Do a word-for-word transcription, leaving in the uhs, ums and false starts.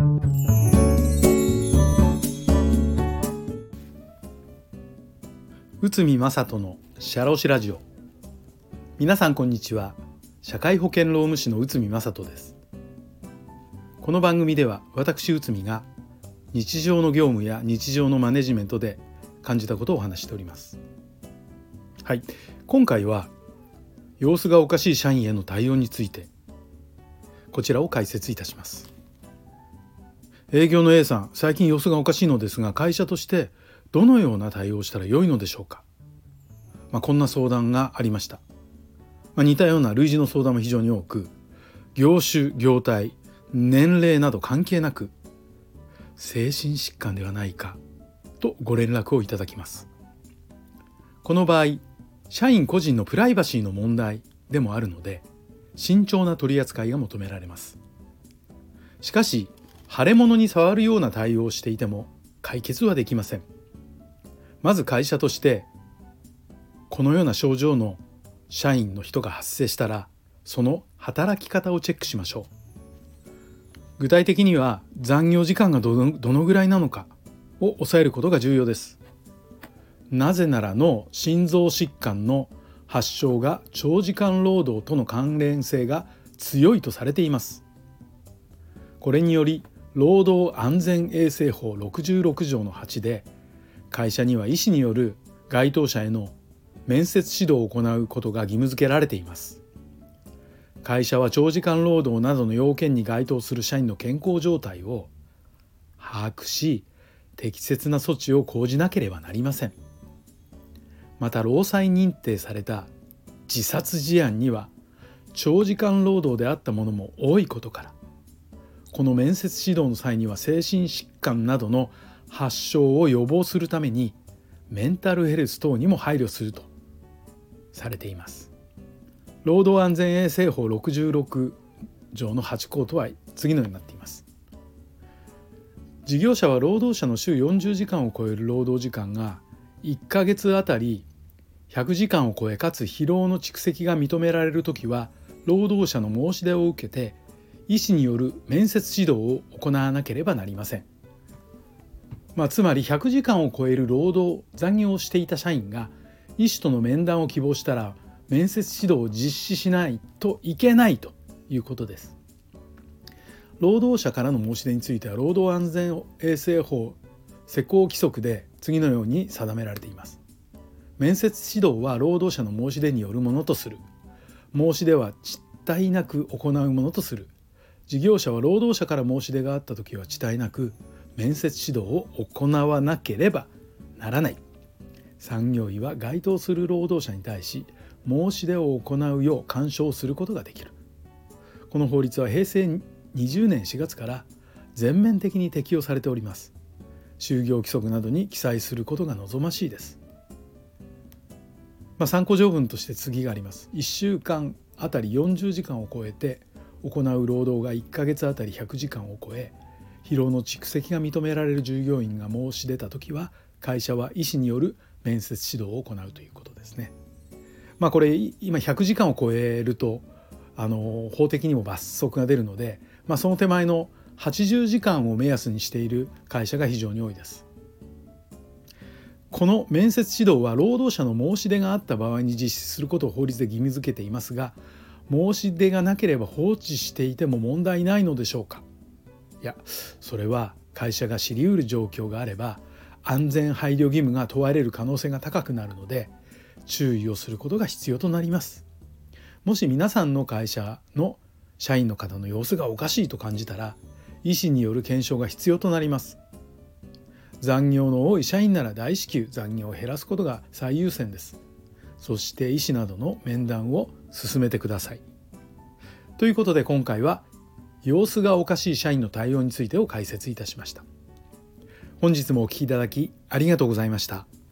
宇海正人の社労士ラジオ。皆さんこんにちは。社会保険労務士の宇海正人です。この番組では私宇海が日常の業務や日常のマネジメントで感じたことをお話しております。はい、今回は様子がおかしい社員への対応についてこちらを解説いたします。営業の A さん、最近様子がおかしいのですが、会社としてどのような対応をしたら良いのでしょうか。まあ、こんな相談がありました。まあ、似たような類似の相談も非常に多く、業種、業態、年齢など関係なく精神疾患ではないかとご連絡をいただきます。この場合、社員個人のプライバシーの問題でもあるので慎重な取り扱いが求められます。しかし腫れ物に触るような対応をしていても解決はできません。まず会社としてこのような症状の社員の人が発生したら、その働き方をチェックしましょう。具体的には残業時間がどの、どのぐらいなのかを抑えることが重要です。なぜなら脳、心臓疾患の発症が長時間労働との関連性が強いとされています。これにより労働安全衛生法ろくじゅうろく条のはちで、会社には医師による該当者への面接指導を行うことが義務付けられています。会社は長時間労働などの要件に該当する社員の健康状態を把握し、適切な措置を講じなければなりません。また労災認定された自殺事案には長時間労働であったものも多いことから、この面接指導の際には精神疾患などの発症を予防するためにメンタルヘルス等にも配慮するとされています。労働安全衛生法ろくじゅうろく条のはち項とは次のようになっています。事業者は労働者の週よんじゅうじかんを超える労働時間がいっかげつあたりひゃくじかんを超え、かつ疲労の蓄積が認められるときは労働者の申し出を受けて医師による面接指導を行わなければなりません。まあ、つまりひゃくじかんを超える労働残業をしていた社員が医師との面談を希望したら面接指導を実施しないといけないということです。労働者からの申し出については労働安全衛生法施行規則で次のように定められています。面接指導は労働者の申し出によるものとする。申し出は遅滞なく行うものとする。事業者は労働者から申し出があったときは遅滞なく面接指導を行わなければならない。産業医は該当する労働者に対し申し出を行うよう干渉することができる。この法律はへいせいにじゅうねんしがつから全面的に適用されております。就業規則などに記載することが望ましいです。まあ、参考条文として次があります。いっしゅうかんあたりよんじゅうじかんを超えて行う労働がいっかげつあたりひゃくじかんを超え、疲労の蓄積が認められる従業員が申し出たときは会社は医師による面接指導を行うということですね。まあ、これ今ひゃくじかんを超えるとあの法的にも罰則が出るので、まあ、その手前のはちじゅうじかんを目安にしている会社が非常に多いです。この面接指導は労働者の申し出があった場合に実施することを法律で義務付けていますが、申し出がなければ放置していても問題ないのでしょうか。いや、それは会社が知り得る状況があれば安全配慮義務が問われる可能性が高くなるので注意をすることが必要となります。もし皆さんの会社の社員の方の様子がおかしいと感じたら医師による検証が必要となります。残業の多い社員なら大至急残業を減らすことが最優先です。そして医師などの面談を進めてください。ということで今回は様子がおかしい社員の対応についてを解説いたしました。本日もお聞きいただきありがとうございました。